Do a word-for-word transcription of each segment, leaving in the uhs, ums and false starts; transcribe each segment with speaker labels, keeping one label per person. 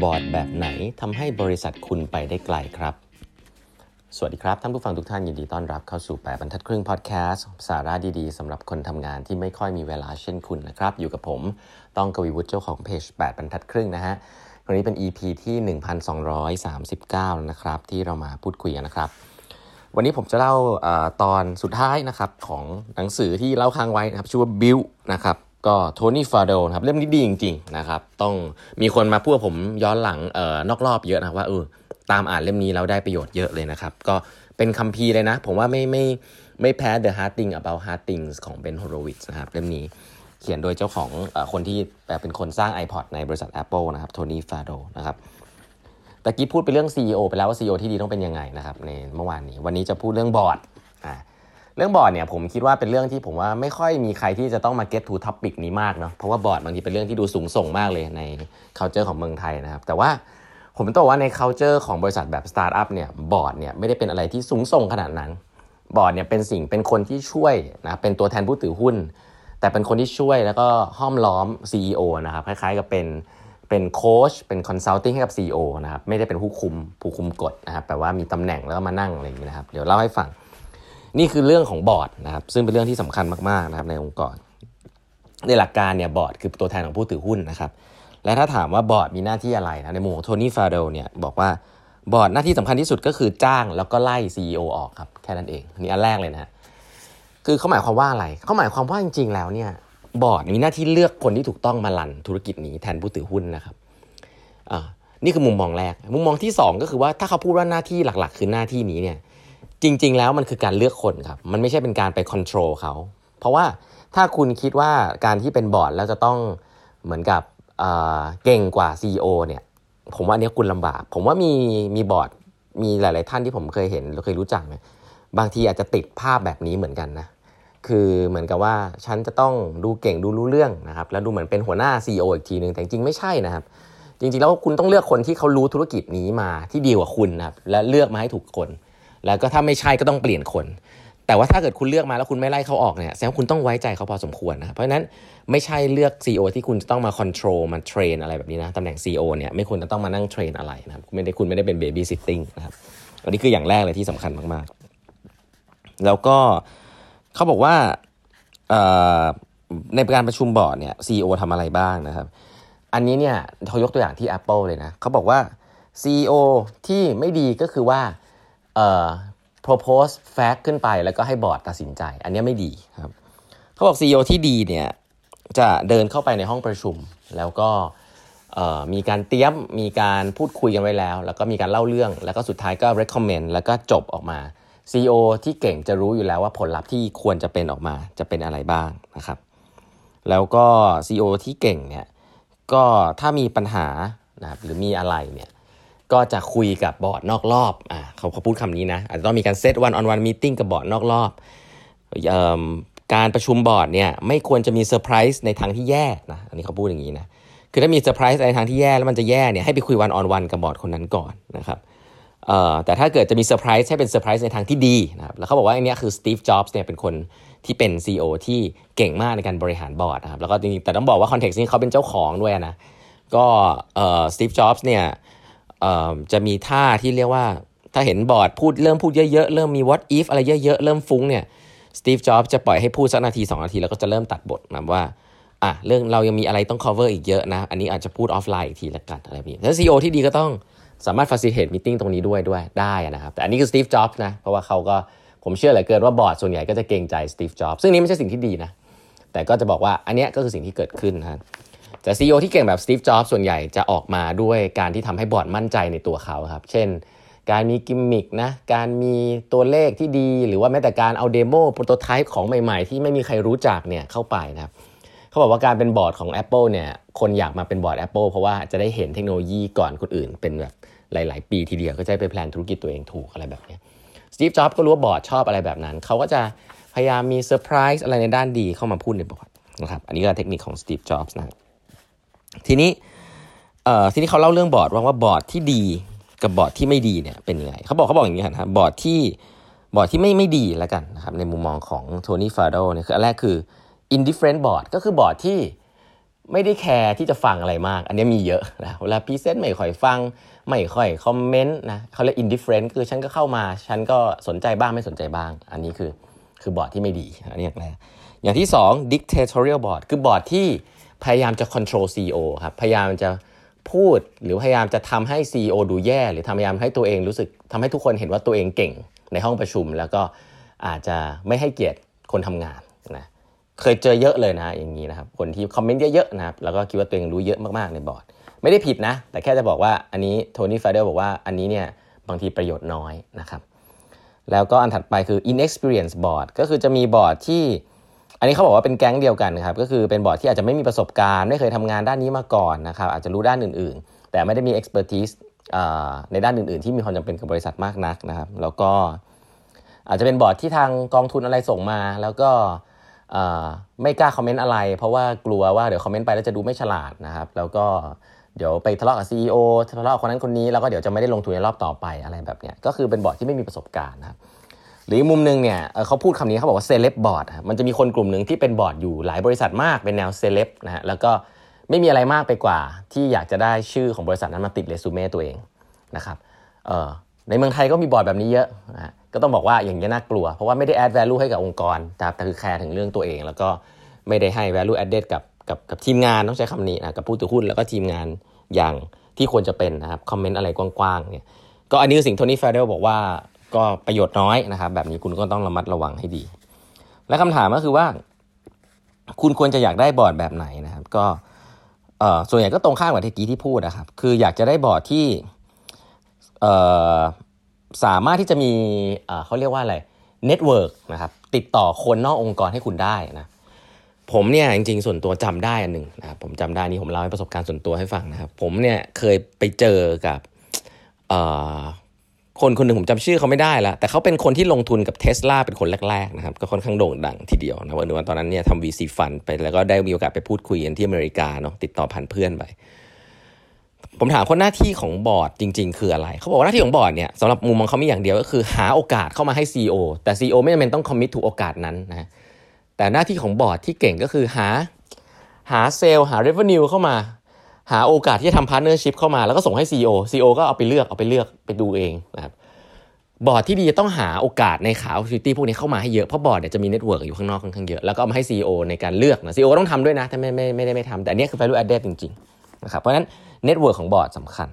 Speaker 1: บอร์ดแบบไหนทำให้บริษัทคุณไปได้ไกลครับสวัสดีครับท่านผู้ฟังทุกท่านยินดีต้อนรับเข้าสู่แปดบรรทัดครึ่งพอดแคสต์สาระดีๆสำหรับคนทำงานที่ไม่ค่อยมีเวลาเช่นคุณนะครับอยู่กับผมต้องกวีวุฒิเจ้าของเพจแปดบรรทัดครึ่งนะฮะวันนี้เป็น อี พี ที่หนึ่งพันสองร้อยสามสิบเก้านะครับที่เรามาพูดคุยกันนะครับวันนี้ผมจะเล่าเอ่อตอนสุดท้ายนะครับของหนังสือที่เล่าค้างไว้นะครับชื่อว่า Build นะครับก็โทนี่ฟาโดนะครับเล่มนี้ดีจริงๆนะครับต้องมีคนมาพูดผมย้อนหลังเอ่อนอกรอบเยอะนะว่าเออตามอ่านเล่มนี้แล้วได้ประโยชน์เยอะเลยนะครับก็เป็นคัมภีร์เลยนะผมว่าไม่ไม่ไม่แพ้ The Hard Thing About Hard Things ของ Ben Horowitz นะครับเล่มนี้เขียนโดยเจ้าของเอ่อคนที่เป็นคนสร้าง iPod ในบริษัท Apple นะครับโทนี่ฟาโดนะครับตะกี้พูดไปเรื่อง ซี อี โอ ไปแล้วว่า ซี อี โอ ที่ดีต้องเป็นยังไงนะครับในเมื่อวานนี้วันนี้จะพูดเรื่องบอร์ดอ่าเรื่องบอร์ดเนี่ยผมคิดว่าเป็นเรื่องที่ผมว่าไม่ค่อยมีใครที่จะต้องมา get to topic นี้มากเนาะเพราะว่าบอร์ดบางทีเป็นเรื่องที่ดูสูงส่งมากเลยใน culture ของเมืองไทยนะครับแต่ว่าผมต้องบอกว่าใน culture ของบริษัทแบบสตาร์ทอัพเนี่ยบอร์ดเนี่ยไม่ได้เป็นอะไรที่สูงส่งขนาดนั้นบอร์ดเนี่ยเป็นสิ่งเป็นคนที่ช่วยนะเป็นตัวแทนผู้ถือหุ้นแต่เป็นคนที่ช่วยแล้วก็ห้อมล้อม ซี อี โอ นะครับคล้ายๆกับเป็นเป็นโค้ชเป็นคอนซัลติ้งให้กับ ซี อี โอ นะครับไม่ได้เป็นผู้คุมผู้คุมกฎนะครับแปลว่ามีตำแหน่งแล้วก็มานั่งอะไรอย่างนี้นะครับเดี๋ยวเล่าให้ฟังนี่คือเรื่องของบอร์ดนะครับซึ่งเป็นเรื่องที่สำคัญมากๆนะครับในองค์กรในหลักการเนี่ยบอร์ดคือตัวแทนของผู้ถือหุ้นนะครับและถ้าถามว่าบอร์ดมีหน้าที่อะไรนะในมุมของโทนี่ฟาโดเนี่ยบอกว่าบอร์ดหน้าที่สำคัญที่สุดก็คือจ้างแล้วก็ไล่ ซี อี โอ ออกครับแค่นั้นเองนี่อันแรกเลยนะคือเขาหมายความว่าอะไรเขาหมายความว่าจริงๆแล้วเนี่ยบอร์ดมีหน้าที่เลือกคนที่ถูกต้องมารันธุรกิจนี้แทนผู้ถือหุ้นนะครับอ่านี่คือมุมมองแรกมุมมองที่สองก็คือว่าถ้าเขาพูดว่าหน้าที่หลักๆคือหน้าที่นี้เนี่ยจริงๆแล้วมันคือการเลือกคนครับมันไม่ใช่เป็นการไปคอนโทรลเขาเพราะว่าถ้าคุณคิดว่าการที่เป็นบอร์ดแล้วจะต้องเหมือนกับเอ่อเก่งกว่า ซี อี โอ เนี่ยผมว่าอันนี้คุณลำบากผมว่ามีมีบอร์ดมีหลายๆท่านที่ผมเคยเห็นหรือเคยรู้จักเนี่ยบางทีอาจจะติดภาพแบบนี้เหมือนกันนะคือเหมือนกับว่าฉันจะต้องดูเก่งดูรู้เรื่องนะครับแล้วดูเหมือนเป็นหัวหน้า ซี อี โอ อีกทีนึงแต่จริงๆไม่ใช่นะครับจริงๆแล้วคุณต้องเลือกคนที่เขารู้ธุรกิจนี้มาที่ดีกว่าคุณนะครับและเลือกมาให้ถูกคนแล้วก็ถ้าไม่ใช่ก็ต้องเปลี่ยนคนแต่ว่าถ้าเกิดคุณเลือกมาแล้วคุณไม่ไล่เขาออกเนี่ยแสดงว่าคุณต้องไว้ใจเขาพอสมควรนะเพราะฉะนั้นไม่ใช่เลือก ซี อี โอ ที่คุณจะต้องมาคอนโทรลมาเทรนอะไรแบบนี้นะตำแหน่ง ซี อี โอ เนี่ยไม่ควรจะต้องมานั่งเทรนอะไรนะครับไม่ได้คุณไม่ได้เป็นเบบี้ซิตติ้งนะครับอันนี้คืออย่างแรกเลยที่สำคัญมากๆแล้วก็เขาบอกว่าในการประชุมบอร์ดเนี่ย ซี อี โอ ทำอะไรบ้างนะครับอันนี้เนี่ยเขายกตัวอย่างที่ Apple เลยนะเขาบอกว่า ซี อี โอ ที่ไม่ดีก็คือว่าเอ่อ propose fact ขึ้นไปแล้วก็ให้บอร์ดตัดสินใจอันนี้ไม่ดีครับเขาบอก ซี อี โอ ที่ดีเนี่ยจะเดินเข้าไปในห้องประชุมแล้วก็มีการเตรียมมีการพูดคุยกันไว้แล้วแล้วก็มีการเล่าเรื่องแล้วก็สุดท้ายก็ recommend แล้วก็จบออกมา ซี อี โอ ที่เก่งจะรู้อยู่แล้วว่าผลลัพธ์ที่ควรจะเป็นออกมาจะเป็นอะไรบ้างนะครับแล้วก็ ซี อี โอ ที่เก่งเนี่ยก็ถ้ามีปัญหานะครับหรือมีอะไรเนี่ยก็จะคุยกับบอร์ดนอกรอบอ่าเขาเขาพูดคำนี้นะอาจจะต้องมีการเซต one on one meeting กับบอร์ดนอกรอบเอ่อการประชุมบอร์ดเนี่ยไม่ควรจะมีเซอร์ไพรส์ในทางที่แย่นะอันนี้เขาพูดอย่างนี้นะคือถ้ามีเซอร์ไพรส์ในทางที่แย่แล้วมันจะแย่เนี่ยให้ไปคุย one on one กับบอร์ดคนนั้นก่อนนะครับเอ่อแต่ถ้าเกิดจะมีเซอร์ไพรส์ให้เป็นเซอร์ไพรส์ในทางที่ดีนะครับแล้วเขาบอกว่าอันนี้คือสตีฟจ็อบส์เนี่ยเป็นคนที่เป็น ซี อี โอ ที่เก่งมากในการบริหารบอร์ดนะครับแล้วก็จริงๆแต่ต้องบอกว่าคอนเท็กซ์นี้เขาเป็นเจ้าของด้วยนะก็เอ่อสตีฟจ็อบส์เนี่ยเอ่อจะมีท่าที่เรียกว่าถ้าเห็นบอร์ดพูดเริ่มพูดเยอะๆเริ่มมี what if อะไรเยอะๆเริ่มฟุ้งเนี่ยสตีฟจ็อบส์จะปล่อยให้พูดสักนาทีสองนาทีแล้วก็จะเริ่มตัดบทนะว่าอ่ะเรื่องเรายังมีอะไรต้อง cover อีกเยอะนะอันนี้อาจจะพูดออฟไลน์อีกทีละกันอะไรแบบนี้แล้ว ซี อี โอ ที่ดีก็ต้องสามารถ facilitate meeting ตรงนี้ด้วยด้วยได้นะครับแต่อันนี้คือ Steve Jobs นะเพราะว่าเขาก็ผมเชื่อเหลือเกินว่าบอร์ดส่วนใหญ่ก็จะเกรงใจ Steve Jobs ซึ่งนี้ไม่ใช่สิ่งที่ดีนะแต่ก็จะบอกว่าอันนี้ก็คือสิ่งที่เกิดขึ้นนะแต่ ซี อี โอ ที่เก่งแบบ Steve Jobs ส่วนใหญ่จะออกมาด้วยการที่ทำให้บอร์ดมั่นใจในตัวเขาครับเช่นการมีกิมมิคนะการมีตัวเลขที่ดีหรือว่าแม้แต่การเอาเดโมโปรโตไทป์ของใหม่ๆที่ไม่มีใครรู้จักเนี่ยเข้าไปนะครับเขาบอกว่าการเป็นบอร์ดของ Apple เนี่ยคนอยากมาเป็นบอร์ด Apple เพราะว่าจะได้เห็นเทคโนโลยีก่อนคนอื่นเป็นแบบหลายๆปีทีเดียวก็จะไปแพลนธุรกิจตัวเองถูกอะไรแบบนี้สตีฟจ็อบส์ก็รู้ว่าบอร์ดชอบอะไรแบบนั้นเขาก็จะพยายามมีเซอร์ไพรส์อะไรในด้านดีเข้ามาพูดในบอร์ดนะครับอันนี้ก็เทคนิคของสตีฟจ็อบส์นะทีนี้เอ่อทีนี้เขาเล่าเรื่องบอร์ดว่าว่าบอร์ดที่ดีกับบอร์ดที่ไม่ดีเนี่ยเป็นยังไงเขาบอกเขาบอกอย่างนี้ครับบอร์ดที่บอร์ดที่ไม่ไม่ดีแล้วกันนะครับในมุมมองของโทนี่ฟาโดเนี่ยคืออันแรกคือ indifferent board ก็คือบอร์ดที่ไม่ได้แคร์ที่จะฟังอะไรมากอันนี้มีเยอะนะเวลาพรีเซนต์ไม่ค่อยฟังไม่ค่อยคอมเมนต์นะเขาเรียก indifferent คือฉันก็เข้ามาฉันก็สนใจบ้างไม่สนใจบ้างอันนี้คือคือบอร์ดที่ไม่ดีอันนี้อย่างแรกอย่างที่สอง dictatorial board คือบอร์ดที่พยายามจะ control ซี อี โอ ครับพยายามจะพูดหรือพยายามจะทำให้ ซี อี โอ ดูแย่หรือพยายามให้ตัวเองรู้สึกทำให้ทุกคนเห็นว่าตัวเองเก่งในห้องประชุมแล้วก็อาจจะไม่ให้เกียรติคนทำงานนะเคยเจอเยอะเลยนะอย่างนี้นะครับคนที่คอมเมนต์เยอะๆนะครับแล้วก็คิดว่าตัวเองรู้เยอะมากๆในบอร์ดไม่ได้ผิดนะแต่แค่จะบอกว่าอันนี้โทนี่ ฟาเดลบอกว่าอันนี้เนี่ยบางทีประโยชน์น้อยนะครับแล้วก็อันถัดไปคือ inexperienced board ก็คือจะมีบอร์ดที่อันนี้เขาบอกว่าเป็นแก๊งเดียวกันครับก็คือเป็นบอร์ดที่อาจจะไม่มีประสบการณ์ไม่เคยทำงานด้านนี้มาก่อนนะครับอาจจะรู้ด้านอื่นๆแต่ไม่ได้มี expertise ในด้านอื่นๆที่มีความจำเป็นกับบริษัทมากนักนะครับแล้วก็อาจจะเป็นบอร์ดที่ทางกองทุนอะไรส่งมาแล้วก็ไม่กล้าคอมเมนต์อะไรเพราะว่ากลัวว่าเดี๋ยวคอมเมนต์ไปแล้วจะดูไม่ฉลาดนะครับแล้วก็เดี๋ยวไปทะเลาะกับ ซี อี โอ ทะเลาะกับคนนั้นคนนี้แล้วก็เดี๋ยวจะไม่ได้ลงทุนในรอบต่อไปอะไรแบบเนี้ยก็คือเป็นบอร์ดที่ไม่มีประสบการณ์นะครับหรืออีกมุมนึงเนี่ยเขาพูดคำนี้เขาบอกว่าเซเลบบอร์ดมันจะมีคนกลุ่มนึงที่เป็นบอร์ดอยู่หลายบริษัทมากเป็นแนวเซเลบนะฮะแล้วก็ไม่มีอะไรมากไปกว่าที่อยากจะได้ชื่อของบริษัทนั้นมาติดเรซูเม่ตัวเองนะครับเอ่อในเมืองไทยก็มีบอร์ดแบบนี้เยอะนะฮะก็ต้องบอกว่าอย่างนี้น่ากลัวเพราะว่าไม่ได้ add value ให้กับองค์กรแต่คือแคร์ถึงเรื่องตัวเองแล้วก็ไม่ได้ให้ value added กับกับกับทีมงานต้องใช้คำนี้นะกับผู้ถือหุ้นแล้วก็ทีมงานอย่างที่ควรจะเป็นนะครับคอมเมนต์อะไรกว้างๆเนี่ยก็อันนี้คือสิ่งโทนี่ ฟาเดลบอกว่าก็ประโยชน์น้อยนะครับแบบนี้คุณก็ต้องระมัดระวังให้ดีและคำถามก็คือว่าคุณควรจะอยากได้บอร์ดแบบไหนนะครับก็เอ่อส่วนใหญ่ก็ตรงข้ามกับที่กี้ที่พูดนะครับคืออยากจะได้บอร์ดที่เอ่อสามารถที่จะมีเอ่อเขาเรียกว่าอะไรเน็ตเวิร์กนะครับติดต่อคนนอกองค์กรให้คุณได้นะผมเนี่ยจริงๆส่วนตัวจำได้อันหนึ่งนะครับผมจำได้นี่ผมเล่าให้ประสบการณ์ส่วนตัวให้ฟังนะครับผมเนี่ยเคยไปเจอกับเอ่อคนคนหนึ่งผมจำชื่อเขาไม่ได้แล้วแต่เขาเป็นคนที่ลงทุนกับ Tesla เป็นคนแรกๆนะครับก็ค่อนข้างโด่งดังทีเดียวนะวันตอนนั้นเนี่ยทำ วี ซี Fund ไปแล้วก็ได้มีโอกาสไปพูดคุยกันที่อเมริกาเนาะติดต่อผ่านเพื่อนไปผมถามคนหน้าที่ของบอร์ดจริงๆคืออะไรเขาบอกว่าหน้าที่ของบอร์ดเนี่ยสำหรับมุมมองเขามีอย่างเดียวก็คือหาโอกาสเข้ามาให้ ซี อี โอ แต่ ซี อี โอ ไม่จำเป็นต้องคอมมิตถูกโอกาสนั้นนะแต่หน้าที่ของบอร์ดที่เก่งก็คือหาหาเซลล์หา revenue เข้ามาหาโอกาสที่จะทำ partnership เข้ามาแล้วก็ส่งให้ ซี อี โอ ซี อี โอ ก็เอาไปเลือกเอาไปเลือกไปดูเองนะครับบอร์ดที่ดีจะต้องหาโอกาสในขา opportunity พวกนี้เข้ามาให้เยอะเพราะบอร์ดเนี่ยจะมีเน็ตเวิร์กอยู่ข้างนอกค่อนข้างเยอะแล้วก็เอามาให้ ซี อี โอ ในการเลือกนะ ซี อี โอ ต้องทำด้วยนะถ้าไม่ไม่ไม่ได้ไม่ทำแต่อันนี้คือ value added จริงๆนะครับเพราะฉะนั้นเน็ตเวิร์กของบอร์ดสำคัญ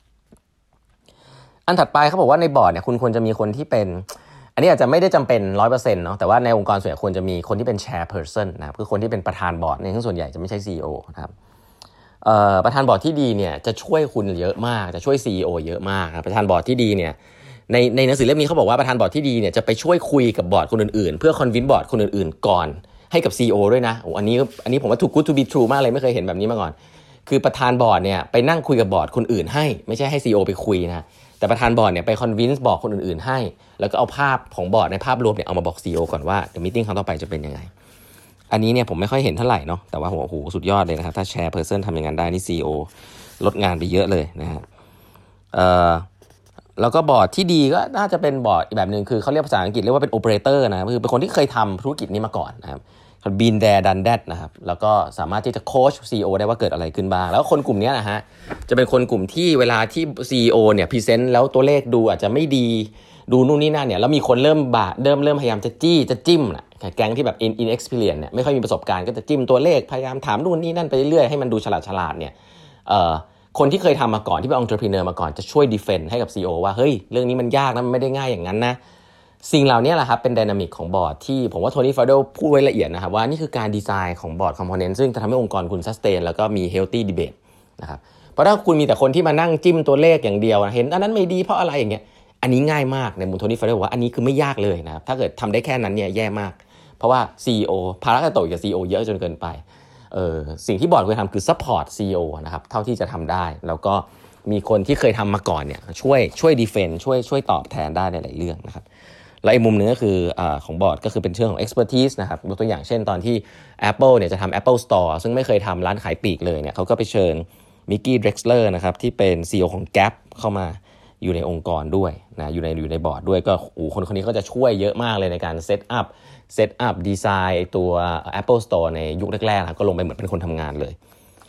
Speaker 1: อันถัดไปเขาบอกว่าในบอร์ดเนี่ยคุณควรจะมีคนที่เป็นอันนี้อาจจะไม่ได้จำเป็น ร้อยเปอร์เซ็นต์ เนาะแต่ว่าในองค์กรส่วนใหญ่ควรจะมีคนที่เป็น chairperson นะครับคือคนที่เป็นประธานบอร์ดเนี่ยซึ่งส่วนใหญ่จะไม่ใช่ ซี อี โอ นะครับเอ่อประธานบอร์ดที่ดีเนี่ยจะช่วยคุณเยอะมากจะช่วย ซี อี โอ เยอะมากนะประธานบอร์ดที่ดีเนี่ยในในหนังสือเล่มนี้เขาบอกว่าประธานบอร์ดที่ดีเนี่ยจะไปช่วยคุยกับบอร์ดคนอื่นๆเพื่อ convince บอร์ดคนอื่นๆก่อนให้กับ ซี อี โอ ด้วยนะโอ้อันนี้อันนี้ผมว่า too good to be true มากเลยไม่เคยเห็นแบบนี้มาก่อนคือประธานบอร์ดเนี่ยไปนั่งคุยกับบอร์ดคนอื่นให้ไม่ใช่ให้ ซี อี โอ ไปคุยนะแต่ประธานบอร์ดเนี่ยไป convince บอร์ดคนอื่นๆให้แล้วก็เอาภาพของบอร์ดในภาพรวมเนี่ยเอามาบอก ซี อี โอ ก่อนว่า the meeting ครั้งต่อไปจะเป็นยังไงอันนี้เนี่ยผมไม่ค่อยเห็นเท่าไหร่เนาะแต่ว่าโอ้โหสุดยอดเลยนะครับถ้า share person ทำอย่างนั้นได้นี่ ซี อี โอ ลดงานไปเยอะเลยนะฮะเอ่อแล้วก็บอร์ดที่ดีก็น่าจะเป็นบอร์ดอีกแบบนึงคือเขาเรียกภาษาอังกฤษเรียกว่าเป็น operator นะคือเป็นคนที่เคยทำธุรกิจนี้มาก่อนนะครับ been there done that นะครับแล้วก็สามารถที่จะโค้ช ซี อี โอ ได้ว่าเกิดอะไรขึ้นบ้างแล้วคนกลุ่มนี้นะฮะจะเป็นคนกลุ่มที่เวลาที่ ซี อี โอ เนี่ยพรีเซนต์แล้วตัวเลขดูอาจจะไม่ดีดูนู่นนี่นั่นเนี่ยแล้วมีคนเริ่มบาเริ่มเริ่มพยายามจะจี้จะจิ้มนะแก๊งที่แบบ inexperience เนี่ยไม่ค่อยมีประสบการณ์ก็จะจิ้มตัวเลขพยายามถามนู่นนี่นั่นไปเรื่อยๆให้มันดูฉลาดฉลาดเนี่ยเอ่อคนที่เคยทำมาก่อนที่เป็น entrepreneur มาก่อนจะช่วย defend ให้กับ ซี อี โอ ว่าเฮ้ยเรื่องนี้มันยากนะมันไม่ได้ง่ายอย่างนั้นนะสิ่งเหล่านี้แหละครับเป็น dynamic ของบอร์ดที่ผมว่าโทนี่ ฟาเดลพูดไว้ละเอียดนะครับว่านี่คือการดีไซน์ของบอร์ด component ซึ่งจะทำให้องค์กรคุณ sustain แล้วก็มี healthy debate นะครับเพราะถ้าคุณมีแต่คนที่มานั่งจิ้มตัวเลขอย่างเดียวเห็นอันนั้นไม่ดีเพราะอะไรอย่างเงี้ยอันนี้ง่ายมากในมุมโทนี่ ฟาเดลบอกว่าอันนี้คือไม่ยากเลยนะครับถ้าเกิดทำได้แค่นั้นเนี่ยแย่มากเพราะว่า ซี อี โอ ภาระจะตกกับ ซี อี โอ เยอะจนเกินไปเออสิ่งที่บอร์ดควรทำคือ support ซี อี โอ นะครับเท่าที่จะทำได้แล้วก็มีคนที่เคยทำมาก่อนเนี่ยช่วยช่วย defend ช่วยช่วยตอบแทนได้ในหลายเรื่องนะครับและอีกมุมนึงก็คืออ่าของบอร์ดก็คือเป็นเรื่องของ expertise นะครับยกตัวอย่างเช่นตอนที่ Apple เนี่ยจะทำ Apple Store ซึ่งไม่เคยทำร้านขายปลีกเลยเนี่ยเขาก็ไปเชิญมิกกี้ เดร็กซ์เลอร์นะครับที่เป็น ซี อี โอ ของ Gap เข้ามาอยู่ในองค์กรด้วยนะอยู่ในอยู่ในบอร์ดด้วยก็โอ้คนคนนี้ก็จะช่วยเยอะมากเลยในการเซตอัพเซตอัพดีไซน์ตัว Apple Store ในยุคแรกๆก็ลงไปเหมือนเป็นคนทำงานเลย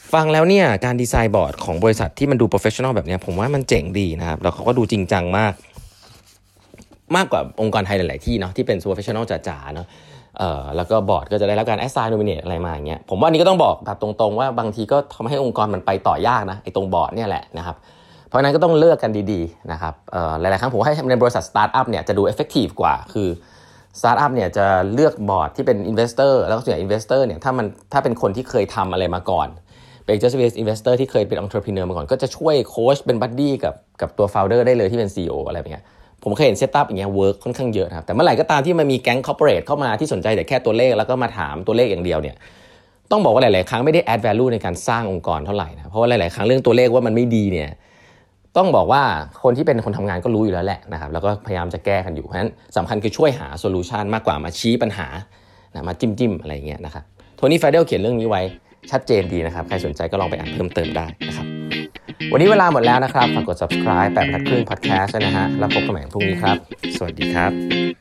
Speaker 1: ฟังแล้วเนี่ยการดีไซน์บอร์ดของบริษัทที่มันดูโปรเฟชชั่นอลแบบนี้ผมว่ามันเจ๋งดีนะครับแล้วเขาก็ดูจริงจังมากมากกว่าองค์กรไทยหลายๆที่เนาะที่เป็นโปรเฟชชั่นอลจ๋าๆเนาะเอ่อแล้วก็บอร์ดก็จะได้รับการ assign nominate อะไรมาอย่างเงี้ยผมว่าอันนี้ก็ต้องบอกแบบตรงๆว่าบางทีก็ทำให้องค์กรมันไปต่อยากนะไอ้ตรงบอร์ดเนี่ยแหละนะครับเพราะฉะนั้นก็ต้องเลือกกันดีๆนะครับเอ่อหลายๆครั้งผมให้ในบริษัทสตาร์ทอัพเนี่ยจะดู effective กว่าคือสตาร์ทอัพเนี่ยจะเลือกบอร์ดที่เป็น investor แล้วก็ส่วนใหญ่ investor เนี่ยถ้ามันถ้าเป็นคนที่เคยทำอะไรมาก่อนเป็น angel investor ที่เคยเป็น entrepreneur มาก่อนก็จะช่วยโค้ชเป็นบัดดี้กับกับตัว founder ได้เลยที่เป็น ซี อี โอ อะไรแบบเนี้ยผมเคยเห็นเซตอัพอย่างเงี้ยเวิร์กค่อนข้างเยอะนะครับแต่เมื่อไหร่ก็ตามที่มันมีแก๊งคอร์ปอเรทเข้ามาที่สนใจแต่แค่ตัวเลขแล้วก็มาถามตัวเลขอย่างเดียวเนี่ยต้องบอกว่าหลายๆครั้งไม่ได้ add value ในการสร้างองค์กรเท่าไหร่นะเพราะว่าหลายๆครั้งเรื่องตัวเลขว่ามันไม่ดีเนี่ยต้องบอกว่าคนที่เป็นคนทำงานก็รู้อยู่แล้วแหละนะครับแล้วก็พยายามจะแก้กันอยู่เพราะฉะนั้นสำคัญคือช่วยหาโซลูชันมากกว่ามาชี้ปัญหานะมาจิ้มจิ้มอะไรเงี้ยนะครับโทนี่ไฟเดลเขียนเรื่องนี้ไว้ชัดเจนดีนะครับใครสนใจก็ลองไปอ่านเพิ่มเติมได้นะครับวันนี้เวลาหมดแล้วนะครับฝากกด subscribe แปดบรรทัดครึ่ง podcast ด้วยนะฮะแล้วพบกันใหม่พรุ่งนี้ครับสวัสดีครับ